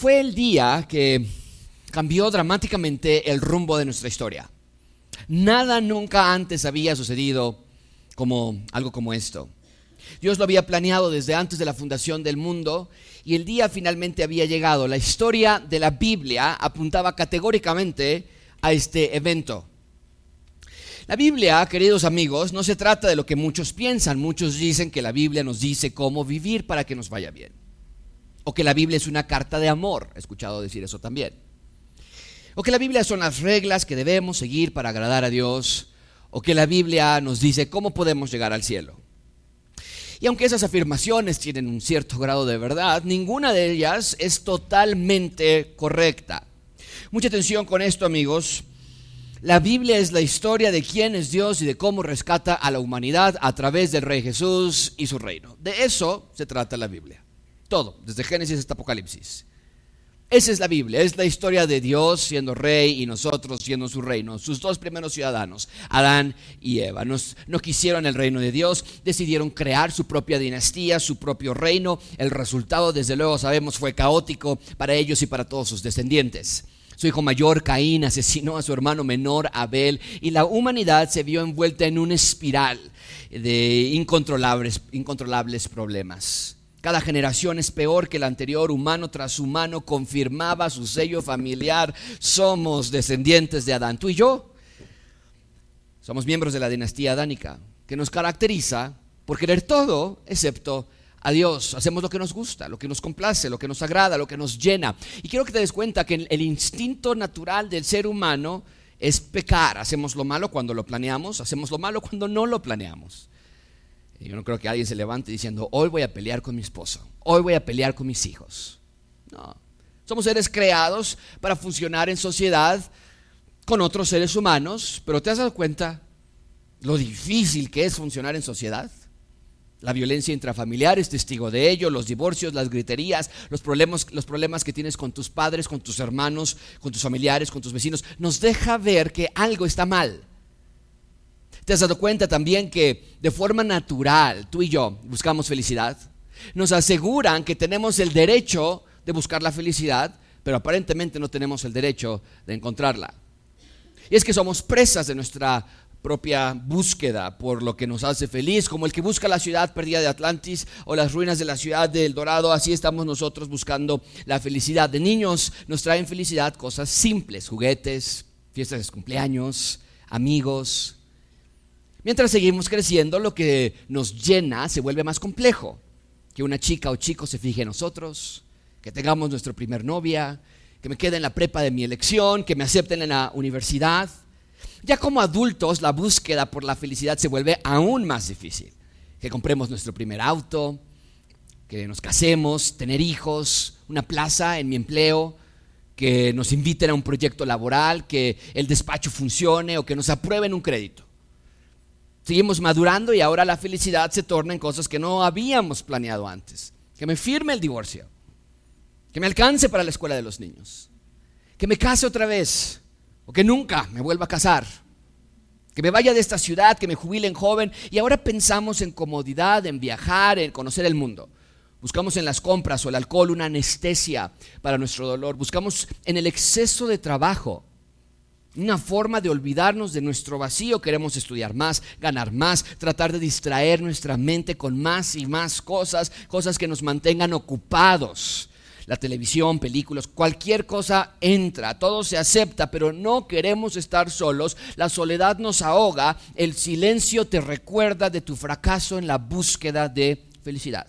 Fue el día que cambió dramáticamente el rumbo de nuestra historia. Nada nunca antes había sucedido como algo como esto. Dios lo había planeado desde antes de la fundación del mundo y el día finalmente había llegado. La historia de la Biblia apuntaba categóricamente a este evento. La Biblia, queridos amigos, no se trata de lo que muchos piensan. Muchos dicen que la Biblia nos dice cómo vivir para que nos vaya bien. O que la Biblia es una carta de amor. He escuchado decir eso también. O que la Biblia son las reglas que debemos seguir para agradar a Dios. O que la Biblia nos dice cómo podemos llegar al cielo. Y aunque esas afirmaciones tienen un cierto grado de verdad, ninguna de ellas es totalmente correcta. Mucha atención con esto, amigos. La Biblia es la historia de quién es Dios y de cómo rescata a la humanidad a través del Rey Jesús y su reino. De eso se trata la Biblia. Todo, desde Génesis hasta Apocalipsis. Esa es la Biblia, es la historia de Dios siendo rey y nosotros siendo su reino. Sus dos primeros ciudadanos, Adán y Eva, no quisieron el reino de Dios, decidieron crear su propia dinastía, su propio reino. El resultado, desde luego sabemos, fue caótico para ellos y para todos sus descendientes. Su hijo mayor, Caín, asesinó a su hermano menor, Abel, y la humanidad se vio envuelta en una espiral de incontrolables problemas. Cada generación es peor que la anterior, humano tras humano confirmaba su sello familiar. Somos descendientes de Adán. Tú y yo somos miembros de la dinastía adánica, que nos caracteriza por querer todo excepto a Dios. Hacemos lo que nos gusta, lo que nos complace, lo que nos agrada, lo que nos llena. Y quiero que te des cuenta que el instinto natural del ser humano es pecar. Hacemos lo malo cuando lo planeamos, hacemos lo malo cuando no lo planeamos. Yo no creo que alguien se levante diciendo: hoy voy a pelear con mi esposo, hoy voy a pelear con mis hijos. No, somos seres creados para funcionar en sociedad con otros seres humanos. Pero ¿te has dado cuenta lo difícil que es funcionar en sociedad? La violencia intrafamiliar es testigo de ello, los divorcios, las griterías, los problemas que tienes con tus padres, con tus hermanos, con tus familiares, con tus vecinos, nos deja ver que algo está mal. ¿Te has dado cuenta también que de forma natural tú y yo buscamos felicidad? Nos aseguran que tenemos el derecho de buscar la felicidad, pero aparentemente no tenemos el derecho de encontrarla. Y es que somos presas de nuestra propia búsqueda por lo que nos hace feliz, como el que busca la ciudad perdida de Atlantis o las ruinas de la ciudad de El Dorado. Así estamos nosotros buscando la felicidad. De niños nos traen felicidad cosas simples: juguetes, fiestas de cumpleaños, amigos. Mientras seguimos creciendo, lo que nos llena se vuelve más complejo. Que una chica o chico se fije en nosotros, que tengamos nuestra primer novia, que me quede en la prepa de mi elección, que me acepten en la universidad. Ya como adultos, la búsqueda por la felicidad se vuelve aún más difícil. Que compremos nuestro primer auto, que nos casemos, tener hijos, una plaza en mi empleo, que nos inviten a un proyecto laboral, que el despacho funcione o que nos aprueben un crédito. Seguimos madurando y ahora la felicidad se torna en cosas que no habíamos planeado antes. Que me firme el divorcio, que me alcance para la escuela de los niños, que me case otra vez o que nunca me vuelva a casar, que me vaya de esta ciudad, que me jubile en joven. Y ahora pensamos en comodidad, en viajar, en conocer el mundo. Buscamos en las compras o el alcohol una anestesia para nuestro dolor. Buscamos en el exceso de trabajo una forma de olvidarnos de nuestro vacío. Queremos estudiar más, ganar más, tratar de distraer nuestra mente con más y más cosas que nos mantengan ocupados. La televisión, películas, cualquier cosa entra, todo se acepta, pero no queremos estar solos. La soledad nos ahoga, el silencio te recuerda de tu fracaso en la búsqueda de felicidad.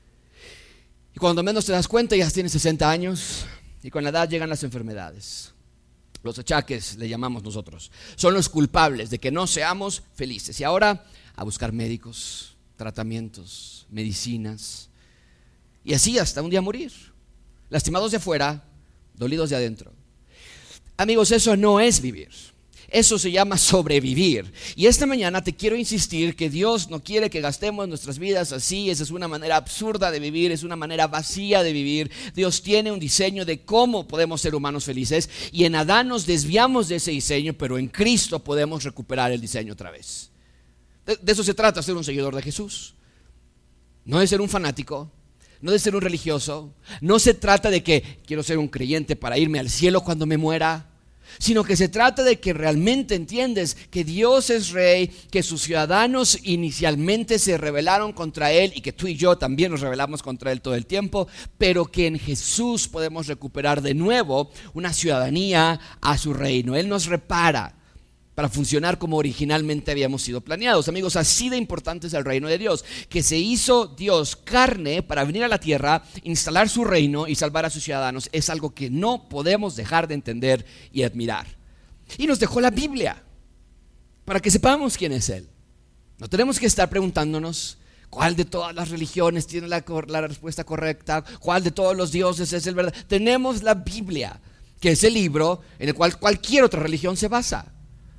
Y cuando menos te das cuenta ya tienes 60 años y con la edad llegan las enfermedades. Los achaques, le llamamos nosotros, son los culpables de que no seamos felices. Y ahora a buscar médicos, tratamientos, medicinas, y así hasta un día morir, lastimados de afuera, dolidos de adentro. Amigos, eso no es vivir. Eso se llama sobrevivir. Y esta mañana te quiero insistir que Dios no quiere que gastemos nuestras vidas así. Esa es una manera absurda de vivir, es una manera vacía de vivir. Dios tiene un diseño de cómo podemos ser humanos felices, y en Adán nos desviamos de ese diseño, pero en Cristo podemos recuperar el diseño otra vez. De eso se trata, ser un seguidor de Jesús. No es ser un fanático, no de ser un religioso. No se trata de que quiero ser un creyente para irme al cielo cuando me muera, sino que se trata de que realmente entiendes que Dios es rey, que sus ciudadanos inicialmente se rebelaron contra Él y que tú y yo también nos rebelamos contra Él todo el tiempo, pero que en Jesús podemos recuperar de nuevo una ciudadanía a su reino. Él nos repara para funcionar como originalmente habíamos sido planeados. Amigos, así de importante es el reino de Dios, que se hizo Dios carne para venir a la tierra, instalar su reino y salvar a sus ciudadanos. Es algo que no podemos dejar de entender y admirar. Y nos dejó la Biblia para que sepamos quién es Él. No tenemos que estar preguntándonos cuál de todas las religiones tiene la respuesta correcta, cuál de todos los dioses es el verdadero. Tenemos la Biblia, que es el libro en el cual cualquier otra religión se basa.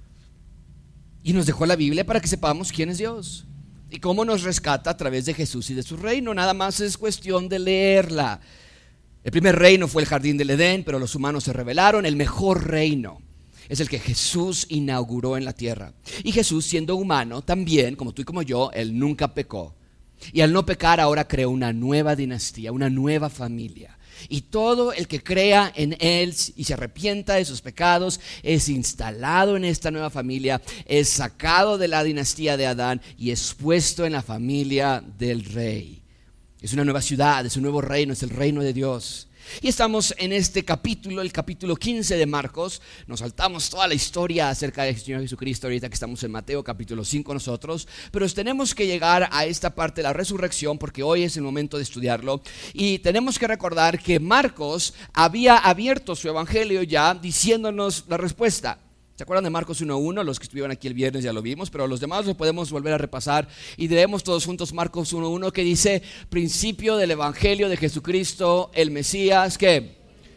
Y nos dejó la Biblia para que sepamos quién es Dios y cómo nos rescata a través de Jesús y de su reino. Nada más es cuestión de leerla. El primer reino fue el jardín del Edén, pero los humanos se rebelaron. El mejor reino es el que Jesús inauguró en la tierra. Y Jesús, siendo humano también, como tú y como yo, Él nunca pecó. Y al no pecar ahora creó una nueva dinastía, una nueva familia. Y todo el que crea en Él y se arrepienta de sus pecados es instalado en esta nueva familia, es sacado de la dinastía de Adán y es puesto en la familia del Rey. Es una nueva ciudad, es un nuevo reino, es el reino de Dios. Y estamos en este capítulo, el capítulo 15 de Marcos. Nos saltamos toda la historia acerca del Señor Jesucristo ahorita que estamos en Mateo capítulo 5 nosotros, pero tenemos que llegar a esta parte de la resurrección porque hoy es el momento de estudiarlo. Y tenemos que recordar que Marcos había abierto su evangelio ya diciéndonos la respuesta. ¿Se acuerdan de Marcos 1.1? Los que estuvieron aquí el viernes ya lo vimos, pero los demás lo podemos volver a repasar y leemos todos juntos Marcos 1.1, que dice: principio del evangelio de Jesucristo el Mesías, que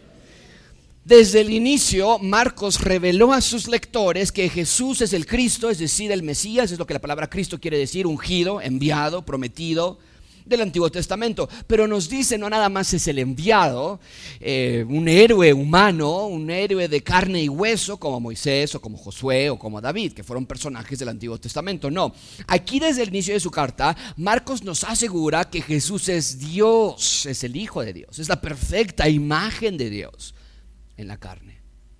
desde el inicio Marcos reveló a sus lectores que Jesús es el Cristo, es decir, el Mesías. Es lo que la palabra Cristo quiere decir: ungido, enviado, prometido del Antiguo Testamento. Pero nos dice, no nada más es el enviado, un héroe humano, un héroe de carne y hueso como Moisés o como Josué o como David, que fueron personajes del Antiguo Testamento. No, aquí desde el inicio de su carta Marcos nos asegura que Jesús es Dios, es el Hijo de Dios, es la perfecta imagen de Dios en la carne.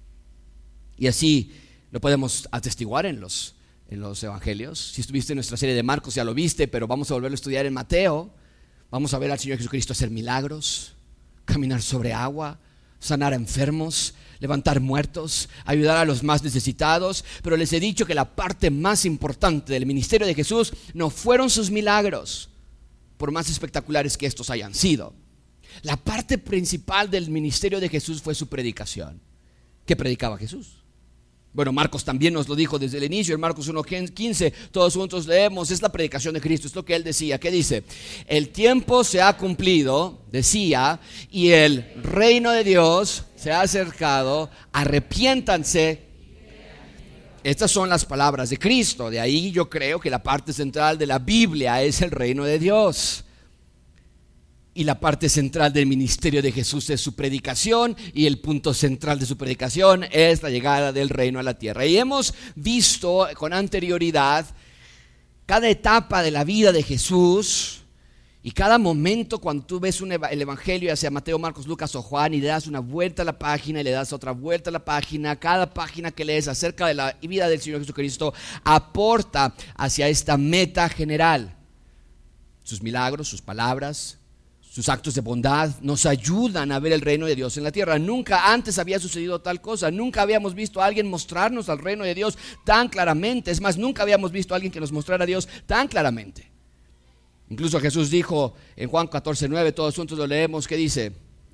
Y así lo podemos atestiguar en los evangelios. Si estuviste en nuestra serie de Marcos ya lo viste, pero vamos a volverlo a estudiar en Mateo. Vamos a ver al Señor Jesucristo hacer milagros, caminar sobre agua, sanar a enfermos, levantar muertos, ayudar a los más necesitados. Pero les he dicho que la parte más importante del ministerio de Jesús no fueron sus milagros, por más espectaculares que estos hayan sido. La parte principal del ministerio de Jesús fue su predicación. ¿Qué predicaba Jesús? Bueno, Marcos también nos lo dijo desde el inicio. En Marcos 1.15 todos juntos leemos, es la predicación de Cristo, es lo que Él decía. ¿Qué dice? El tiempo se ha cumplido, decía, y el reino de Dios se ha acercado, arrepiéntanse. Estas son las palabras de Cristo. De ahí yo creo que la parte central de la Biblia es el reino de Dios. Y la parte central del ministerio de Jesús es su predicación, y el punto central de su predicación es la llegada del reino a la tierra. Y hemos visto con anterioridad cada etapa de la vida de Jesús y cada momento cuando tú ves el evangelio, ya sea Mateo, Marcos, Lucas o Juan, y le das una vuelta a la página y le das otra vuelta a la página. Cada página que lees acerca de la vida del Señor Jesucristo aporta hacia esta meta general. Sus milagros, sus palabras, sus actos de bondad nos ayudan a ver el reino de Dios en la tierra. Nunca antes había sucedido tal cosa. Nunca habíamos visto a alguien mostrarnos al reino de Dios tan claramente. Es más, nunca habíamos visto a alguien que nos mostrara a Dios tan claramente. Incluso Jesús dijo en Juan 14:9, todos juntos lo leemos, ¿qué dice?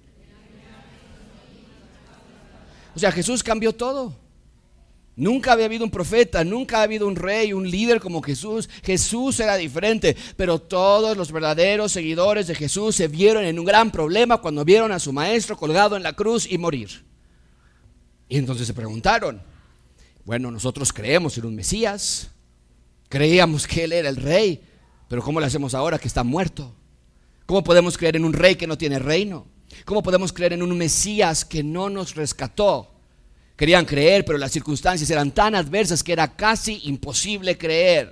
O sea, Jesús cambió todo. Nunca había habido un profeta, nunca ha habido un rey, un líder como Jesús. Jesús era diferente, pero todos los verdaderos seguidores de Jesús se vieron en un gran problema cuando vieron a su maestro colgado en la cruz y morir. Y entonces se preguntaron, bueno, nosotros creemos en un Mesías, creíamos que Él era el rey, pero ¿cómo le hacemos ahora que está muerto? ¿Cómo podemos creer en un rey que no tiene reino? ¿Cómo podemos creer en un Mesías que no nos rescató? Querían creer, pero las circunstancias eran tan adversas que era casi imposible creer.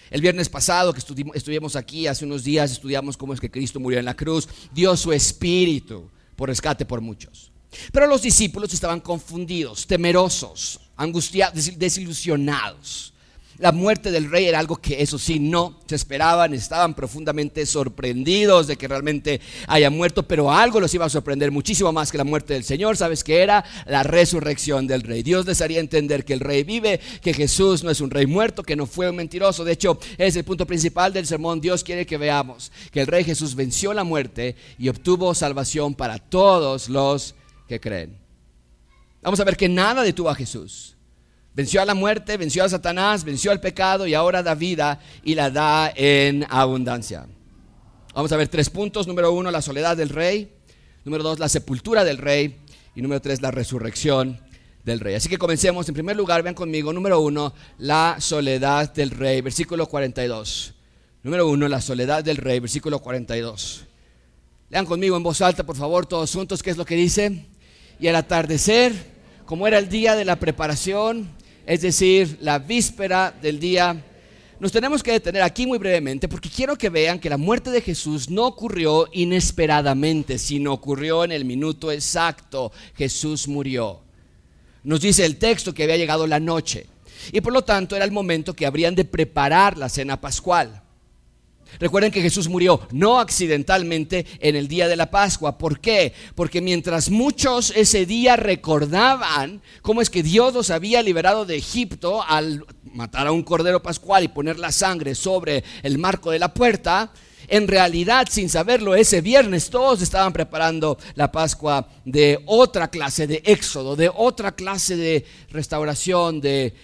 El viernes pasado que estuvimos aquí, hace unos días, estudiamos cómo es que Cristo murió en la cruz, dio su espíritu por rescate por muchos. Pero los discípulos estaban confundidos, temerosos, angustiados, desilusionados. La muerte del rey era algo que, eso sí, no se esperaban. Estaban profundamente sorprendidos de que realmente haya muerto, pero algo los iba a sorprender muchísimo más que la muerte del Señor. ¿Sabes qué era? La resurrección del rey. Dios les haría entender que el rey vive, que Jesús no es un rey muerto, que no fue un mentiroso. De hecho, es el punto principal del sermón. Dios quiere que veamos que el rey Jesús venció la muerte y obtuvo salvación para todos los que creen. Vamos a ver que nada detuvo a Jesús. Venció a la muerte, venció a Satanás, venció al pecado y ahora da vida y la da en abundancia. Vamos a ver 3 puntos. Número 1, la soledad del rey. Número 2, la sepultura del rey. Y número 3, la resurrección del rey. Así que comencemos. En primer lugar, vean conmigo, número 1, la soledad del rey, versículo 42. Número 1, la soledad del rey, versículo 42. Lean conmigo en voz alta, por favor, todos juntos, ¿qué es lo que dice? Y al atardecer, como era el día de la preparación, es decir, la víspera del día. Nos tenemos que detener aquí muy brevemente porque quiero que vean que la muerte de Jesús no ocurrió inesperadamente, sino ocurrió en el minuto exacto. Jesús murió. Nos dice el texto que había llegado la noche y por lo tanto era el momento que habrían de preparar la cena pascual. Recuerden que Jesús murió no accidentalmente en el día de la Pascua. ¿Por qué? Porque mientras muchos ese día recordaban cómo es que Dios los había liberado de Egipto al matar a un cordero pascual y poner la sangre sobre el marco de la puerta, en realidad, sin saberlo, ese viernes todos estaban preparando la Pascua de otra clase de éxodo, de otra clase de restauración,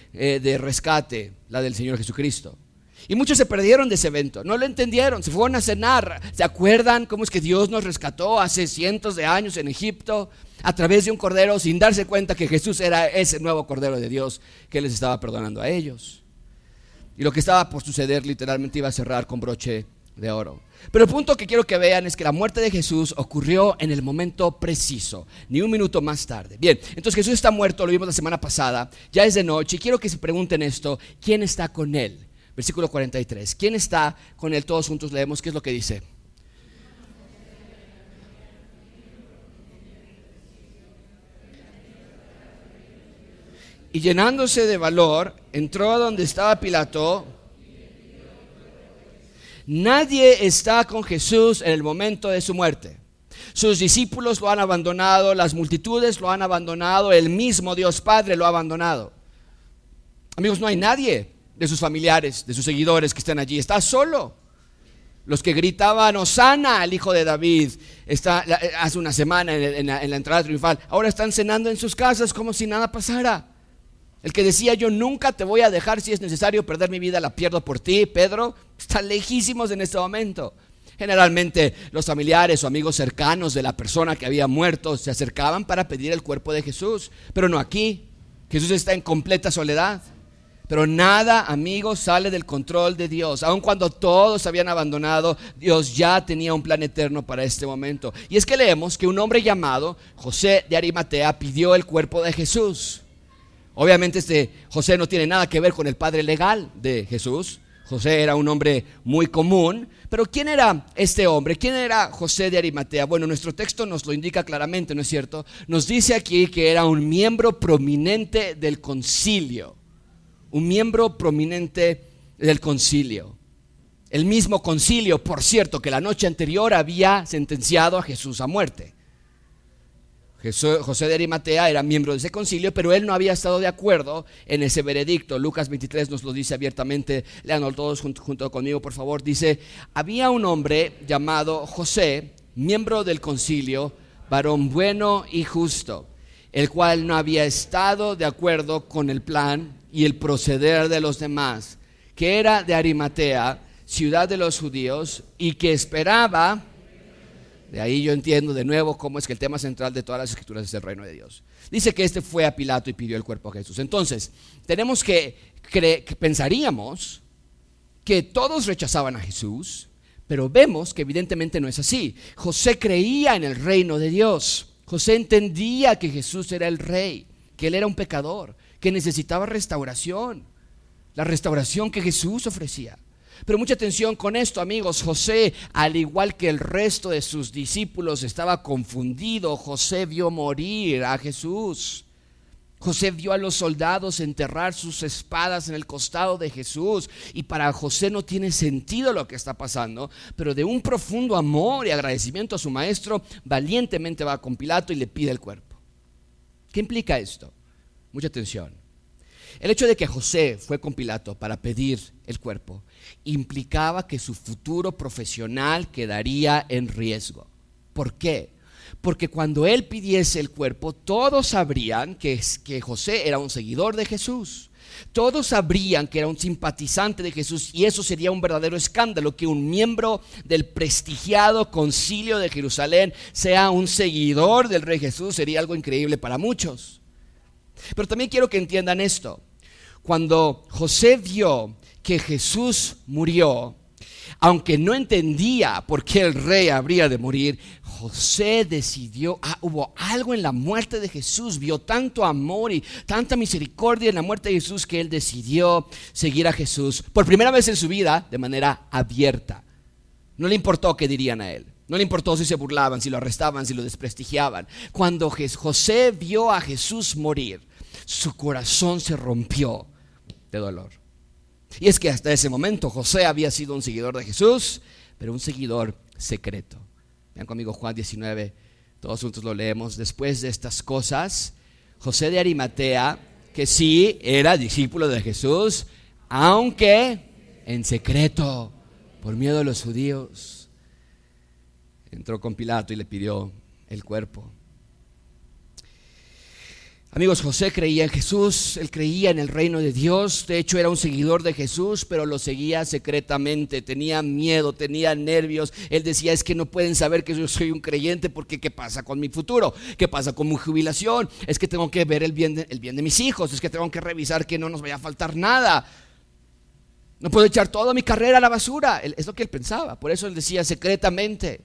de rescate, la del Señor Jesucristo. Y muchos se perdieron de ese evento, no lo entendieron, se fueron a cenar. ¿Se acuerdan cómo es que Dios nos rescató hace cientos de años en Egipto a través de un cordero, sin darse cuenta que Jesús era ese nuevo cordero de Dios que les estaba perdonando a ellos? Y lo que estaba por suceder literalmente iba a cerrar con broche de oro. Pero el punto que quiero que vean es que la muerte de Jesús ocurrió en el momento preciso, ni un minuto más tarde. Bien, entonces Jesús está muerto, lo vimos la semana pasada, ya es de noche y quiero que se pregunten esto: ¿quién está con él? Versículo 43. ¿Quién está con él? Todos juntos leemos. ¿Qué es lo que dice? Y llenándose de valor, entró a donde estaba Pilato. Nadie está con Jesús en el momento de su muerte. Sus discípulos lo han abandonado, las multitudes lo han abandonado, el mismo Dios Padre lo ha abandonado. Amigos, no hay nadie de sus familiares, de sus seguidores que están allí. Está solo. Los que gritaban Hosana al hijo de David hace una semana en la entrada triunfal, ahora están cenando en sus casas como si nada pasara. El que decía yo nunca te voy a dejar, si es necesario perder mi vida la pierdo por ti, Pedro, están lejísimos en este momento. Generalmente los familiares o amigos cercanos de la persona que había muerto se acercaban para pedir el cuerpo de Jesús, pero no aquí. Jesús está en completa soledad. Pero nada, amigos, sale del control de Dios. Aun cuando todos habían abandonado, Dios ya tenía un plan eterno para este momento. Y es que leemos que un hombre llamado José de Arimatea pidió el cuerpo de Jesús. Obviamente José no tiene nada que ver con el padre legal de Jesús. José era un hombre muy común. Pero ¿quién era este hombre? ¿Quién era José de Arimatea? Bueno, nuestro texto nos lo indica claramente, ¿no es cierto? Nos dice aquí que era un miembro prominente del concilio. Un miembro prominente del concilio. El mismo concilio, por cierto, que la noche anterior había sentenciado a Jesús a muerte. José de Arimatea era miembro de ese concilio, pero él no había estado de acuerdo en ese veredicto. Lucas 23 nos lo dice abiertamente. Léanlo todos junto conmigo, por favor. Dice: había un hombre llamado José, miembro del concilio, varón bueno y justo, el cual no había estado de acuerdo con el plan y el proceder de los demás, que era de Arimatea, ciudad de los judíos, y que esperaba. De ahí yo entiendo de nuevo cómo es que el tema central de todas las escrituras es el reino de Dios. Dice que este fue a Pilato y pidió el cuerpo a Jesús. Entonces, tenemos que pensaríamos que todos rechazaban a Jesús, pero vemos que evidentemente no es así. José creía en el reino de Dios. José entendía que Jesús era el rey, que él era un pecador, que necesitaba restauración, la restauración que Jesús ofrecía. Pero mucha atención con esto, amigos. José, al igual que el resto de sus discípulos, estaba confundido. José vio morir a Jesús. José vio a los soldados enterrar sus espadas en el costado de Jesús. Y para José no tiene sentido lo que está pasando. Pero de un profundo amor y agradecimiento a su maestro, valientemente va con Pilato y le pide el cuerpo. ¿Qué implica esto? Mucha atención. El hecho de que José fue con Pilato para pedir el cuerpo implicaba que su futuro profesional quedaría en riesgo. ¿Por qué? Porque cuando él pidiese el cuerpo, todos sabrían que José era un seguidor de Jesús. Todos sabrían que era un simpatizante de Jesús, y eso sería un verdadero escándalo, que un miembro del prestigiado Concilio de Jerusalén sea un seguidor del Rey Jesús. Sería algo increíble para muchos. Pero también quiero que entiendan esto. Cuando José vio que Jesús murió, aunque no entendía por qué el rey habría de morir, José decidió, hubo algo en la muerte de Jesús, vio tanto amor y tanta misericordia en la muerte de Jesús, que él decidió seguir a Jesús por primera vez en su vida de manera abierta. No le importó qué dirían a él. No le importó si se burlaban, si lo arrestaban, si lo desprestigiaban. Cuando José vio a Jesús morir, su corazón se rompió de dolor. Y es que hasta ese momento José había sido un seguidor de Jesús, pero un seguidor secreto. Vean conmigo Juan 19, todos juntos lo leemos. Después de estas cosas, José de Arimatea, que sí era discípulo de Jesús, aunque en secreto, por miedo a los judíos, entró con Pilato y le pidió el cuerpo. Amigos, José creía en Jesús, él creía en el reino de Dios. De hecho, era un seguidor de Jesús, pero lo seguía secretamente. Tenía miedo, tenía nervios. Él decía, es que no pueden saber que yo soy un creyente, porque ¿qué pasa con mi futuro? ¿Qué pasa con mi jubilación? Es que tengo que ver el bien de mis hijos. Es que tengo que revisar que no nos vaya a faltar nada. No puedo echar toda mi carrera a la basura. Es lo que él pensaba. Por eso él decía secretamente.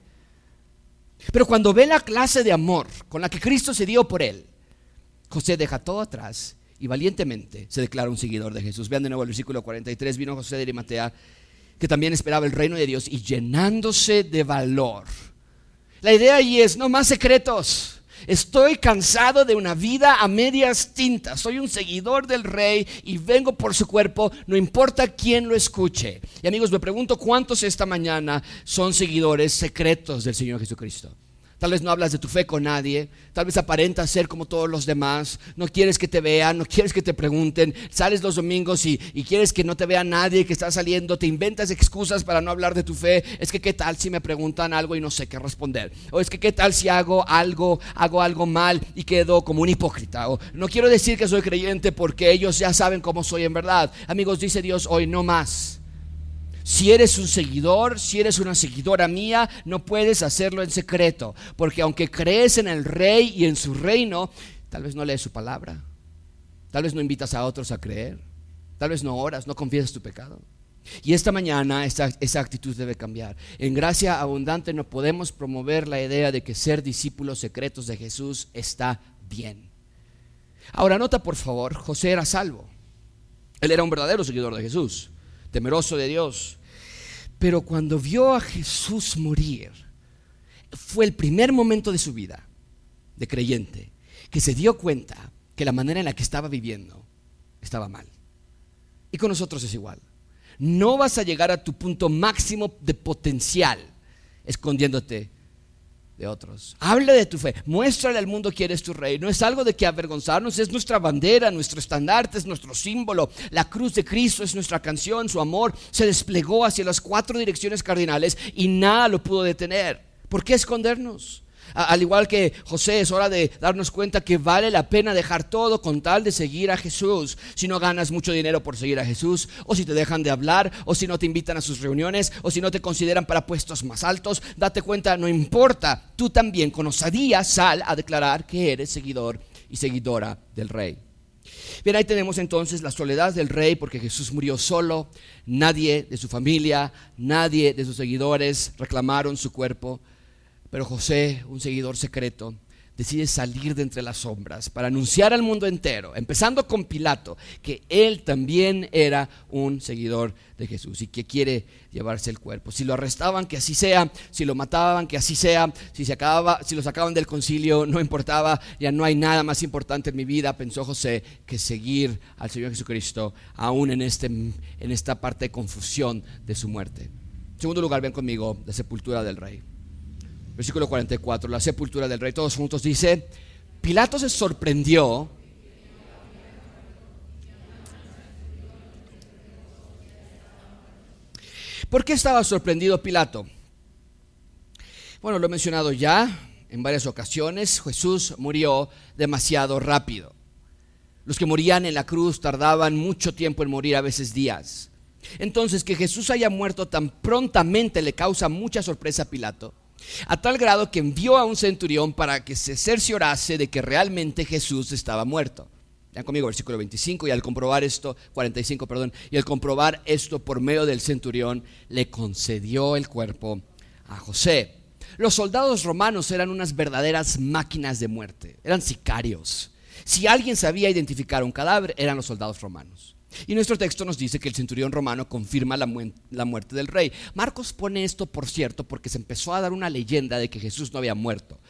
Pero cuando ve la clase de amor con la que Cristo se dio por él, José deja todo atrás y valientemente se declara un seguidor de Jesús. Vean de nuevo el versículo 43. Vino José de Arimatea, que también esperaba el reino de Dios, y llenándose de valor. La idea ahí es: no más secretos. Estoy cansado de una vida a medias tintas. Soy un seguidor del rey y vengo por su cuerpo, no importa quién lo escuche. Y amigos, me pregunto cuántos esta mañana son seguidores secretos del Señor Jesucristo. Tal vez no hablas de tu fe con nadie, tal vez aparentas ser como todos los demás, no quieres que te vean, no quieres que te pregunten, sales los domingos y quieres que no te vea nadie que está saliendo, te inventas excusas para no hablar de tu fe. Es que qué tal si me preguntan algo y no sé qué responder, o es que qué tal si hago algo mal y quedo como un hipócrita, o no quiero decir que soy creyente porque ellos ya saben cómo soy en verdad. Amigos, dice Dios hoy: no más. Si eres un seguidor, si eres una seguidora mía, no puedes hacerlo en secreto, porque aunque crees en el rey y en su reino, tal vez no lees su palabra, tal vez no invitas a otros a creer, tal vez no oras, no confiesas tu pecado. Y esta mañana esa actitud debe cambiar. En Gracia Abundante no podemos promover la idea de que ser discípulos secretos de Jesús está bien. Ahora nota por favor, José era salvo. Él era un verdadero seguidor de Jesús, temeroso de Dios. Pero cuando vio a Jesús morir, fue el primer momento de su vida de creyente que se dio cuenta que la manera en la que estaba viviendo estaba mal. Y con nosotros es igual. No vas a llegar a tu punto máximo de potencial escondiéndote de otros. Habla de tu fe, muéstrale al mundo que eres tu rey. No es algo de que avergonzarnos, es nuestra bandera, nuestro estandarte, es nuestro símbolo. La cruz de Cristo es nuestra canción. Su amor se desplegó hacia las 4 direcciones cardinales y nada lo pudo detener. ¿Por qué escondernos? Al igual que José, es hora de darnos cuenta que vale la pena dejar todo con tal de seguir a Jesús. Si no ganas mucho dinero por seguir a Jesús, o si te dejan de hablar, o si no te invitan a sus reuniones, o si no te consideran para puestos más altos, date cuenta, no importa. Tú también con osadía sal a declarar que eres seguidor y seguidora del rey. Bien, ahí tenemos entonces la soledad del rey, porque Jesús murió solo. Nadie de su familia, nadie de sus seguidores reclamaron su cuerpo. Pero José, un seguidor secreto, decide salir de entre las sombras para anunciar al mundo entero, empezando con Pilato, que él también era un seguidor de Jesús y que quiere llevarse el cuerpo. Si lo arrestaban, que así sea; si lo mataban, que así sea; si lo sacaban del concilio, no importaba. Ya no hay nada más importante en mi vida, pensó José, que seguir al Señor Jesucristo, aún en esta parte de confusión de su muerte. En segundo lugar, ven conmigo la sepultura del rey. Versículo 44, la sepultura del rey. Todos juntos dice: Pilato se sorprendió ¿Por qué estaba sorprendido Pilato? Bueno, lo he mencionado ya en varias ocasiones. Jesús murió demasiado rápido. Los que morían en la cruz tardaban mucho tiempo en morir, a veces días. Entonces, que Jesús haya muerto tan prontamente le causa mucha sorpresa a Pilato, a tal grado que envió a un centurión para que se cerciorase de que realmente Jesús estaba muerto. Vean conmigo versículo 25, y al comprobar esto, 45, perdón, y al comprobar esto por medio del centurión, le concedió el cuerpo a José. Los soldados romanos eran unas verdaderas máquinas de muerte, eran sicarios. Si alguien sabía identificar un cadáver, eran los soldados romanos. Y nuestro texto nos dice que el centurión romano confirma la muerte del rey. Marcos pone esto, por cierto, porque se empezó a dar una leyenda de que Jesús no había muerto,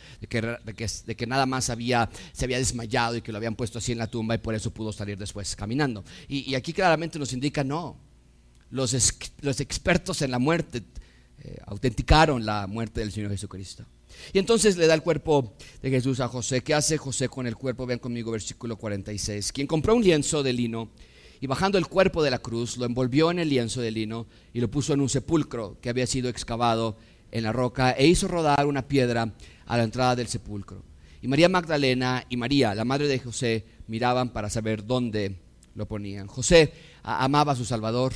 de que nada más se había desmayado y que lo habían puesto así en la tumba y por eso pudo salir después caminando. Y aquí claramente nos indica no. Los expertos en la muerte autenticaron la muerte del Señor Jesucristo. Y entonces le da el cuerpo de Jesús a José. ¿Qué hace José con el cuerpo? Vean conmigo versículo 46. Quien compró un lienzo de lino y bajando el cuerpo de la cruz, lo envolvió en el lienzo de lino y lo puso en un sepulcro que había sido excavado en la roca, e hizo rodar una piedra a la entrada del sepulcro. Y María Magdalena y María, la madre de José, miraban para saber dónde lo ponían. José amaba a su Salvador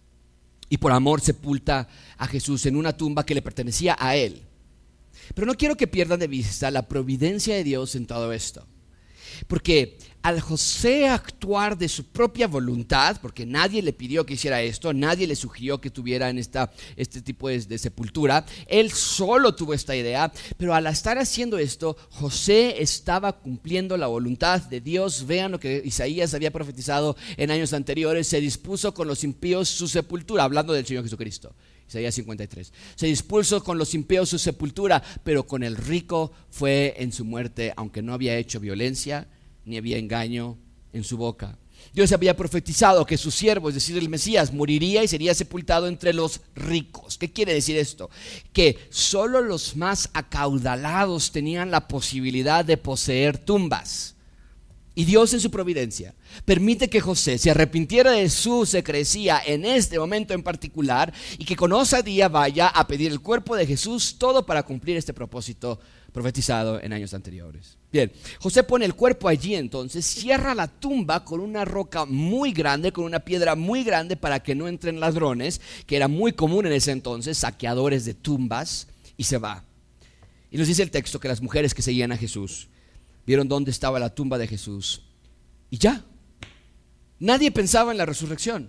y por amor sepulta a Jesús en una tumba que le pertenecía a él. Pero no quiero que pierdan de vista la providencia de Dios en todo esto. Porque al José actuar de su propia voluntad, porque nadie le pidió que hiciera esto, nadie le sugirió que tuviera en este tipo de sepultura, él solo tuvo esta idea. Pero al estar haciendo esto, José estaba cumpliendo la voluntad de Dios. Vean lo que Isaías había profetizado en años anteriores: se dispuso con los impíos su sepultura, hablando del Señor Jesucristo. Isaías 53. Se dispuso con los impíos su sepultura, pero con el rico fue en su muerte, aunque no había hecho violencia ni había engaño en su boca. Dios había profetizado que su siervo, es decir, el Mesías, moriría y sería sepultado entre los ricos. ¿Qué quiere decir esto? Que solo los más acaudalados tenían la posibilidad de poseer tumbas. Y Dios en su providencia permite que José se arrepintiera de su secrecía en este momento en particular, y que con osadía vaya a pedir el cuerpo de Jesús, todo para cumplir este propósito profetizado en años anteriores. Bien, José pone el cuerpo allí, entonces cierra la tumba con una roca muy grande, con una piedra muy grande, para que no entren ladrones, que era muy común en ese entonces, saqueadores de tumbas, y se va. Y nos dice el texto que las mujeres que seguían a Jesús vieron dónde estaba la tumba de Jesús y ya. Nadie pensaba en la resurrección,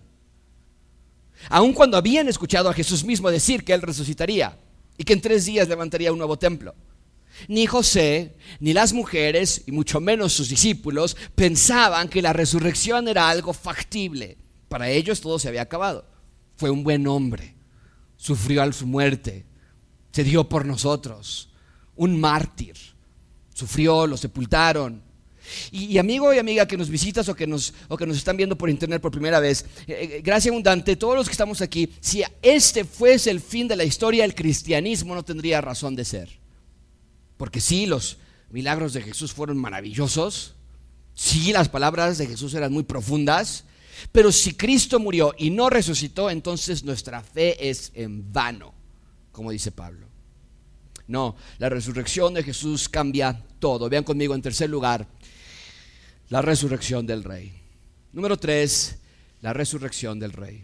aun cuando habían escuchado a Jesús mismo decir que Él resucitaría y que en 3 días levantaría un nuevo templo. Ni José, ni las mujeres, y mucho menos sus discípulos, pensaban que la resurrección era algo factible. Para ellos todo se había acabado. Fue un buen hombre, sufrió a su muerte, se dio por nosotros, un mártir. Sufrió, lo sepultaron. Y amigo y amiga que nos visitas o que nos están viendo por internet por primera vez, gracia abundante, todos los que estamos aquí, si este fuese el fin de la historia, el cristianismo no tendría razón de ser. Porque sí, los milagros de Jesús fueron maravillosos, sí, las palabras de Jesús eran muy profundas, pero si Cristo murió y no resucitó, entonces nuestra fe es en vano, como dice Pablo. No, la resurrección de Jesús cambia todo. Vean conmigo en tercer lugar, la resurrección del Rey. Número 3, la resurrección del Rey.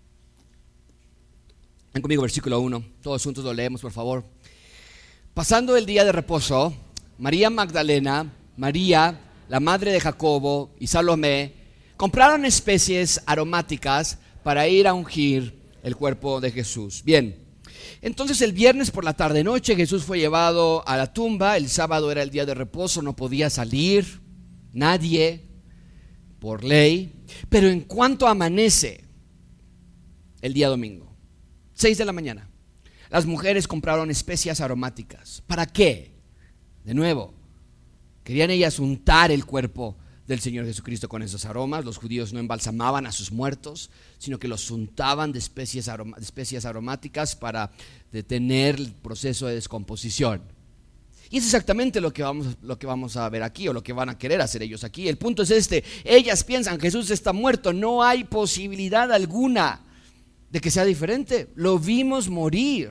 Vean conmigo versículo 1, todos juntos lo leemos, por favor. Pasando el día de reposo, María Magdalena, María, la madre de Jacobo, y Salomé compraron especies aromáticas para ir a ungir el cuerpo de Jesús. Bien, Entonces el viernes por la tarde noche Jesús fue llevado a la tumba. El sábado era el día de reposo, no podía salir nadie por ley. Pero en cuanto amanece el día domingo, 6 de la mañana, las mujeres compraron especias aromáticas. ¿Para qué? De nuevo, querían ellas untar el cuerpo del Señor Jesucristo con esos aromas. Los judíos no embalsamaban a sus muertos, sino que los untaban de especias aromáticas para detener el proceso de descomposición. Y es exactamente lo que vamos a ver aquí, o lo que van a querer hacer ellos aquí. El punto es este: ellas piensan, Jesús está muerto, no hay posibilidad alguna de que sea diferente. Lo vimos morir.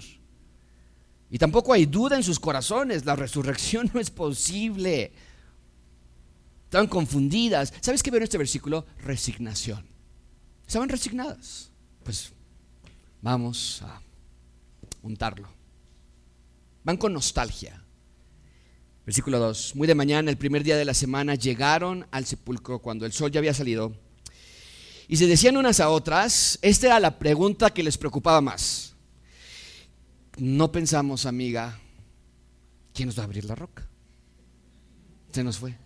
Y tampoco hay duda en sus corazones, la resurrección no es posible. Estaban confundidas. ¿Sabes qué veo en este versículo? Resignación. Estaban resignadas. Pues vamos a untarlo. Van con nostalgia. Versículo 2. Muy de mañana, el primer día de la semana, llegaron al sepulcro cuando el sol ya había salido. Y se decían unas a otras, esta era la pregunta que les preocupaba más. No pensamos, amiga, ¿quién nos va a abrir la roca? Se nos fue.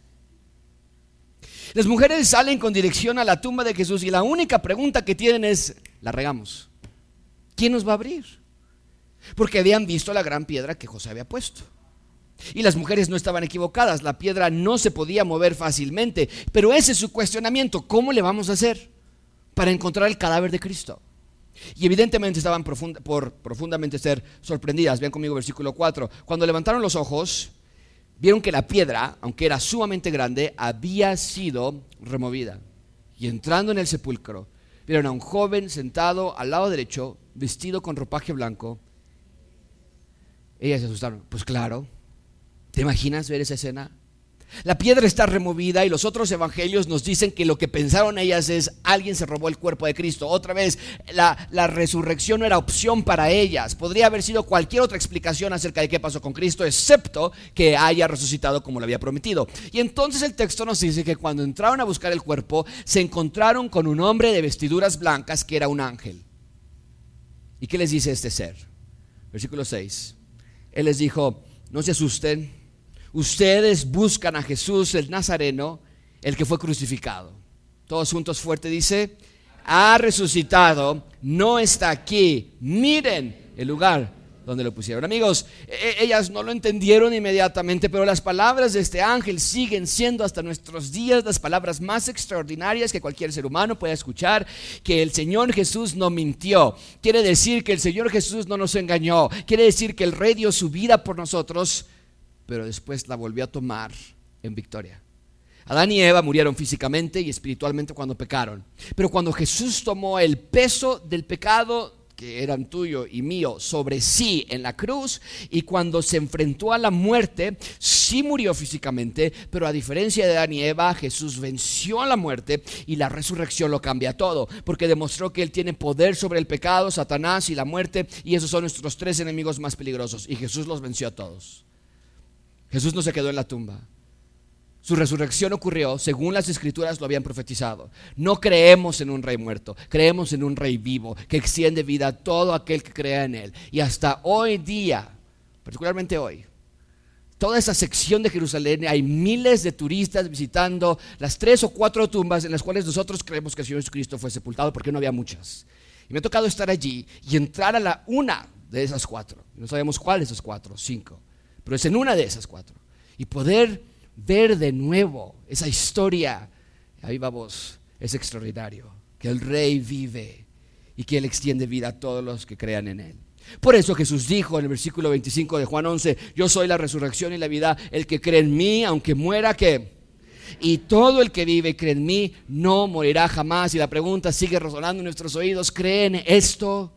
Las mujeres salen con dirección a la tumba de Jesús y la única pregunta que tienen es: la regamos, ¿quién nos va a abrir? Porque habían visto la gran piedra que José había puesto. Y las mujeres no estaban equivocadas, la piedra no se podía mover fácilmente. Pero ese es su cuestionamiento: ¿cómo le vamos a hacer para encontrar el cadáver de Cristo? Y evidentemente estaban por profundamente ser sorprendidas. Vean conmigo versículo 4. Cuando levantaron los ojos, vieron que la piedra, aunque era sumamente grande, había sido removida. Y entrando en el sepulcro, vieron a un joven sentado al lado derecho, vestido con ropaje blanco. Ellas se asustaron. Pues claro, ¿te imaginas ver esa escena? La piedra está removida y los otros evangelios nos dicen que lo que pensaron ellas es: alguien se robó el cuerpo de Cristo. Otra vez, la resurrección no era opción para ellas. Podría haber sido cualquier otra explicación acerca de qué pasó con Cristo, excepto que haya resucitado como lo había prometido. Y entonces el texto nos dice que cuando entraron a buscar el cuerpo, se encontraron con un hombre de vestiduras blancas que era un ángel. ¿Y qué les dice este ser? Versículo 6. Él les dijo: no se asusten. Ustedes buscan a Jesús el Nazareno, el que fue crucificado. Todos juntos fuerte dice: ha resucitado, no está aquí. Miren el lugar donde lo pusieron. Amigos, ellas no lo entendieron inmediatamente, pero las palabras de este ángel siguen siendo hasta nuestros días las palabras más extraordinarias que cualquier ser humano pueda escuchar. Que el Señor Jesús no mintió. Quiere decir que el Señor Jesús no nos engañó. Quiere decir que el Rey dio su vida por nosotros, pero después la volvió a tomar en victoria. Adán y Eva murieron físicamente y espiritualmente cuando pecaron, pero cuando Jesús tomó el peso del pecado que eran tuyo y mío sobre sí en la cruz, y cuando se enfrentó a la muerte, sí murió físicamente, pero a diferencia de Adán y Eva, Jesús venció a la muerte, y la resurrección lo cambia todo, porque demostró que Él tiene poder sobre el pecado, Satanás y la muerte, y esos son nuestros tres enemigos más peligrosos, y Jesús los venció a todos. Jesús no se quedó en la tumba. Su resurrección ocurrió según las escrituras lo habían profetizado. No creemos en un rey muerto, creemos en un rey vivo que extiende vida a todo aquel que crea en él. Y hasta hoy día, particularmente hoy, toda esa sección de Jerusalén, hay miles de turistas visitando las 3 o 4 tumbas en las cuales nosotros creemos que el Señor Jesucristo fue sepultado, porque no había muchas. Y me ha tocado estar allí y entrar a una de esas 4. No sabemos cuál de esas 4, 5, pero es en una de esas 4. Y poder ver de nuevo esa historia, ahí vamos, es extraordinario. Que el Rey vive y que Él extiende vida a todos los que crean en Él. Por eso Jesús dijo en el versículo 25 de Juan 11: yo soy la resurrección y la vida, el que cree en mí, aunque muera, ¿qué? Y todo el que vive y cree en mí no morirá jamás. Y la pregunta sigue resonando en nuestros oídos: ¿creen esto?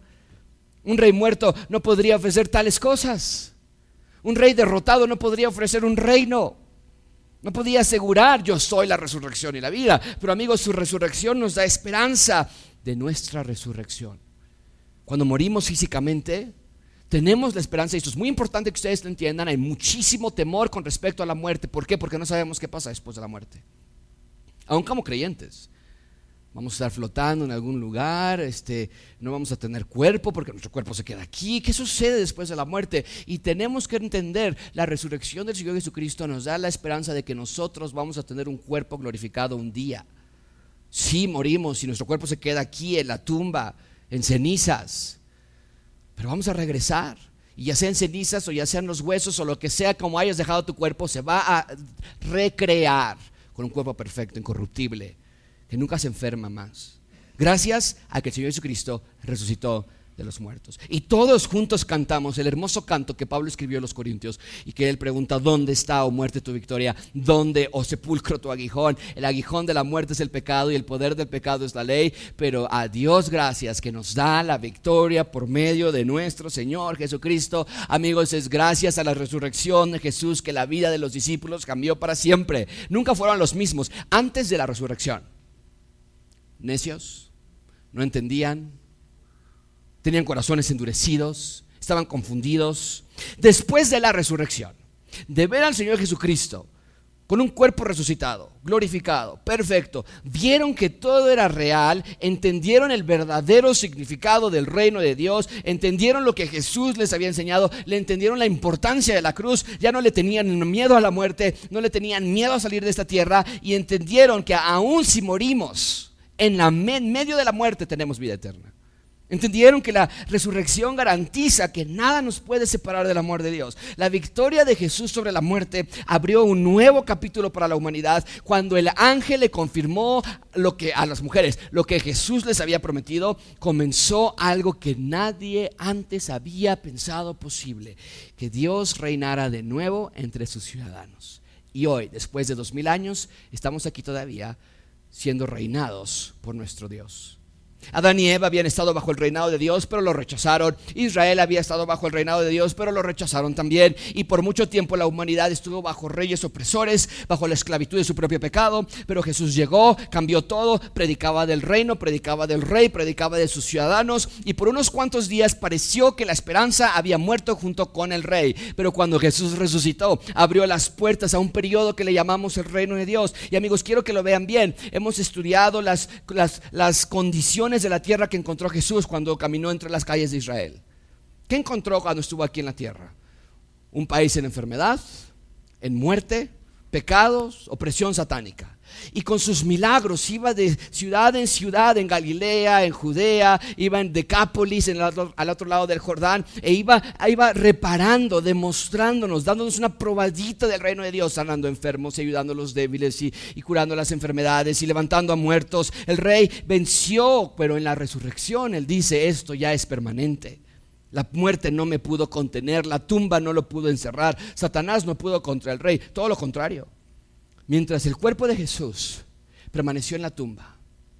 Un rey muerto no podría ofrecer tales cosas. Un rey derrotado no podría ofrecer un reino. No podía asegurar: yo soy la resurrección y la vida. Pero amigos, su resurrección nos da esperanza de nuestra resurrección. Cuando morimos físicamente, tenemos la esperanza, y esto es muy importante que ustedes lo entiendan. Hay muchísimo temor con respecto a la muerte. ¿Por qué? Porque no sabemos qué pasa después de la muerte. Aún como creyentes, Vamos a estar flotando en algún lugar, no vamos a tener cuerpo porque nuestro cuerpo se queda aquí. ¿Qué sucede después de la muerte? Y tenemos que entender, la resurrección del Señor Jesucristo nos da la esperanza de que nosotros vamos a tener un cuerpo glorificado un día. Sí, morimos y nuestro cuerpo se queda aquí en la tumba, en cenizas, pero vamos a regresar. Y ya sea en cenizas o ya sean los huesos o lo que sea, como hayas dejado tu cuerpo, se va a recrear con un cuerpo perfecto, incorruptible, que nunca se enferma más, gracias a que el Señor Jesucristo resucitó de los muertos. Y todos juntos cantamos el hermoso canto que Pablo escribió a los Corintios, y que él pregunta: ¿dónde está, oh muerte, tu victoria? ¿Dónde, oh sepulcro, tu aguijón? El aguijón de la muerte es el pecado y el poder del pecado es la ley, pero a Dios gracias que nos da la victoria por medio de nuestro Señor Jesucristo. Amigos, es gracias a la resurrección de Jesús que la vida de los discípulos cambió para siempre. Nunca fueron los mismos antes de la resurrección. Necios, no entendían, tenían corazones endurecidos, estaban confundidos. Después de la resurrección, de ver al Señor Jesucristo con un cuerpo resucitado, glorificado, perfecto, vieron que todo era real, entendieron el verdadero significado del reino de Dios, entendieron lo que Jesús les había enseñado, le entendieron la importancia de la cruz, ya no le tenían miedo a la muerte, no le tenían miedo a salir de esta tierra, y entendieron que aun si morimos en medio de la muerte, tenemos vida eterna. Entendieron que la resurrección garantiza que nada nos puede separar del amor de Dios. La victoria de Jesús sobre la muerte abrió un nuevo capítulo para la humanidad, cuando el ángel le confirmó a las mujeres lo que Jesús les había prometido. Comenzó algo que nadie antes había pensado posible: que Dios reinara de nuevo entre sus ciudadanos. Y hoy, después de 2000 años, estamos aquí todavía siendo reinados por nuestro Dios. Adán y Eva habían estado bajo el reinado de Dios, pero lo rechazaron. Israel había estado bajo el reinado de Dios, pero lo rechazaron también. Y por mucho tiempo la humanidad estuvo bajo reyes opresores, bajo la esclavitud de su propio pecado. Pero Jesús llegó, cambió todo, predicaba del reino, predicaba del rey, predicaba de sus ciudadanos. Y por unos cuantos días pareció que la esperanza había muerto junto con el rey. Pero cuando Jesús resucitó, abrió las puertas a un periodo que le llamamos el reino de Dios. Y amigos, quiero que lo vean bien. Hemos estudiado las condiciones de la tierra que encontró Jesús cuando caminó entre las calles de Israel. ¿Qué encontró cuando estuvo aquí en la tierra? Un país en enfermedad, en muerte, pecados, opresión satánica. Y con sus milagros iba de ciudad en ciudad, en Galilea, en Judea, iba en Decápolis, al otro lado del Jordán, e iba reparando, demostrándonos, dándonos una probadita del reino de Dios, sanando enfermos, ayudando a los débiles y curando las enfermedades y levantando a muertos. El rey venció, pero en la resurrección él dice: esto ya es permanente. La muerte no me pudo contener, la tumba no lo pudo encerrar, Satanás no pudo contra el rey, todo lo contrario. Mientras el cuerpo de Jesús permaneció en la tumba,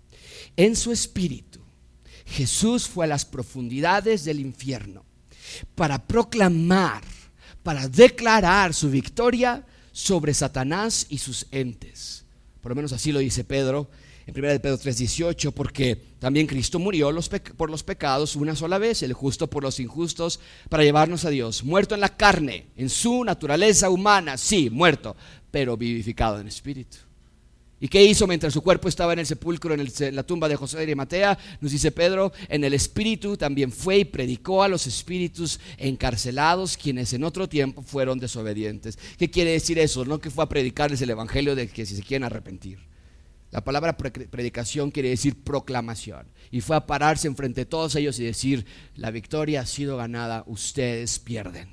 en su espíritu, Jesús fue a las profundidades del infierno para proclamar, para declarar su victoria sobre Satanás y sus entes. Por lo menos así lo dice Pedro en 1 Pedro 3:18, porque también Cristo murió por los pecados una sola vez, el justo por los injustos, para llevarnos a Dios, muerto en la carne, en su naturaleza humana, sí, muerto, pero vivificado en espíritu. ¿Y qué hizo mientras su cuerpo estaba en el sepulcro, en la tumba de José de Arimatea? Nos dice Pedro: en el espíritu también fue y predicó a los espíritus encarcelados, quienes en otro tiempo fueron desobedientes. ¿Qué quiere decir eso? No que fue a predicarles el evangelio de que si se quieren arrepentir. La palabra predicación quiere decir proclamación. Y fue a pararse enfrente de todos ellos y decir: la victoria ha sido ganada, ustedes pierden.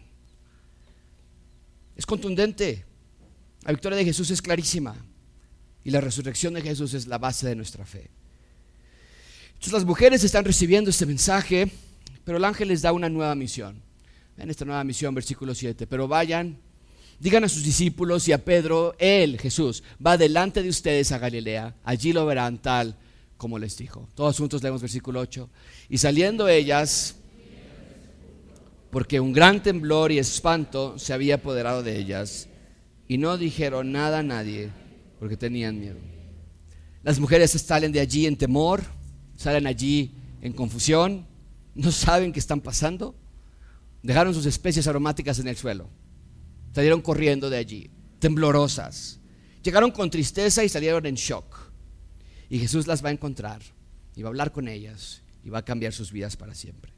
Es contundente. La victoria de Jesús es clarísima. Y la resurrección de Jesús es la base de nuestra fe. Entonces las mujeres están recibiendo este mensaje, pero el ángel les da una nueva misión. En esta nueva misión, versículo 7: pero vayan, digan a sus discípulos y a Pedro: él, Jesús, va delante de ustedes a Galilea, allí lo verán tal como les dijo. Todos juntos leemos versículo 8. Y saliendo ellas, porque un gran temblor y espanto se había apoderado de ellas, y no dijeron nada a nadie, porque tenían miedo. Las mujeres salen de allí en temor, salen allí en confusión, no saben qué están pasando. Dejaron sus especias aromáticas en el suelo, salieron corriendo de allí, temblorosas. Llegaron con tristeza y salieron en shock. Y Jesús las va a encontrar y va a hablar con ellas y va a cambiar sus vidas para siempre.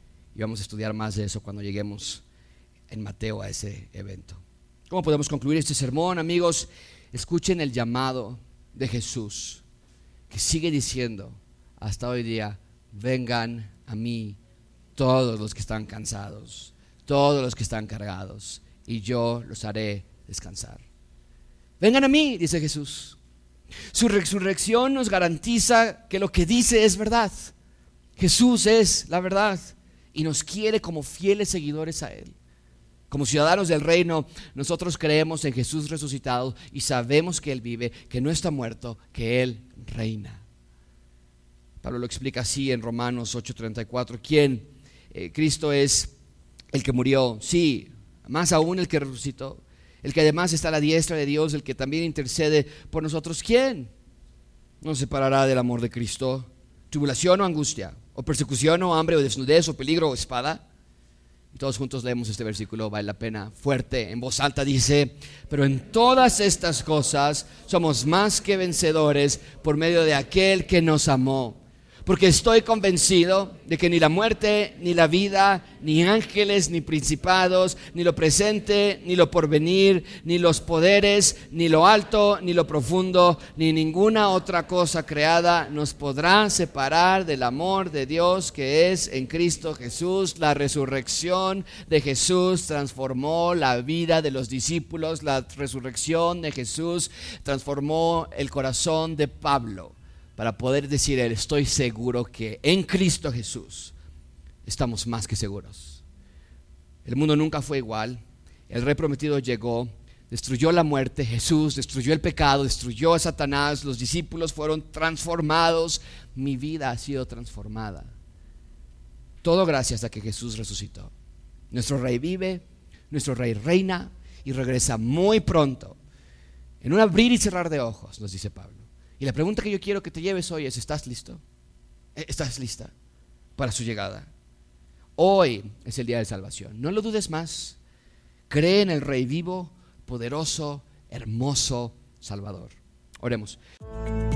Y vamos a estudiar más de eso cuando lleguemos en Mateo a ese evento. ¿Cómo podemos concluir este sermón, amigos? Escuchen el llamado de Jesús, que sigue diciendo hasta hoy día: vengan a mí todos los que están cansados, todos los que están cargados, y yo los haré descansar. Vengan a mí, dice Jesús. Su resurrección nos garantiza que lo que dice es verdad. Jesús es la verdad y nos quiere como fieles seguidores a Él. Como ciudadanos del reino, nosotros creemos en Jesús resucitado y sabemos que Él vive, que no está muerto, que Él reina. Pablo lo explica así en Romanos 8:34. ¿Quién? Cristo es el que murió, sí, más aún el que resucitó, el que además está a la diestra de Dios, el que también intercede por nosotros. ¿Quién nos separará del amor de Cristo? ¿Tribulación o angustia? ¿O persecución o hambre o desnudez o peligro o espada? Y todos juntos leemos este versículo, vale la pena, fuerte, en voz alta dice: pero en todas estas cosas somos más que vencedores por medio de aquel que nos amó. Porque estoy convencido de que ni la muerte, ni la vida, ni ángeles, ni principados, ni lo presente, ni lo porvenir, ni los poderes, ni lo alto, ni lo profundo, ni ninguna otra cosa creada nos podrá separar del amor de Dios que es en Cristo Jesús. La resurrección de Jesús transformó la vida de los discípulos. La resurrección de Jesús transformó el corazón de Pablo, para poder decir él: estoy seguro que en Cristo Jesús estamos más que seguros. El mundo nunca fue igual. El Rey prometido llegó, destruyó la muerte. Jesús destruyó el pecado, destruyó a Satanás. Los discípulos fueron transformados. Mi vida ha sido transformada. Todo gracias a que Jesús resucitó. Nuestro Rey vive, nuestro Rey reina y regresa muy pronto, en un abrir y cerrar de ojos, nos dice Pablo. Y la pregunta que yo quiero que te lleves hoy es: ¿estás listo? ¿Estás lista para su llegada? Hoy es el día de salvación. No lo dudes más. Cree en el Rey vivo, poderoso, hermoso, Salvador. Oremos.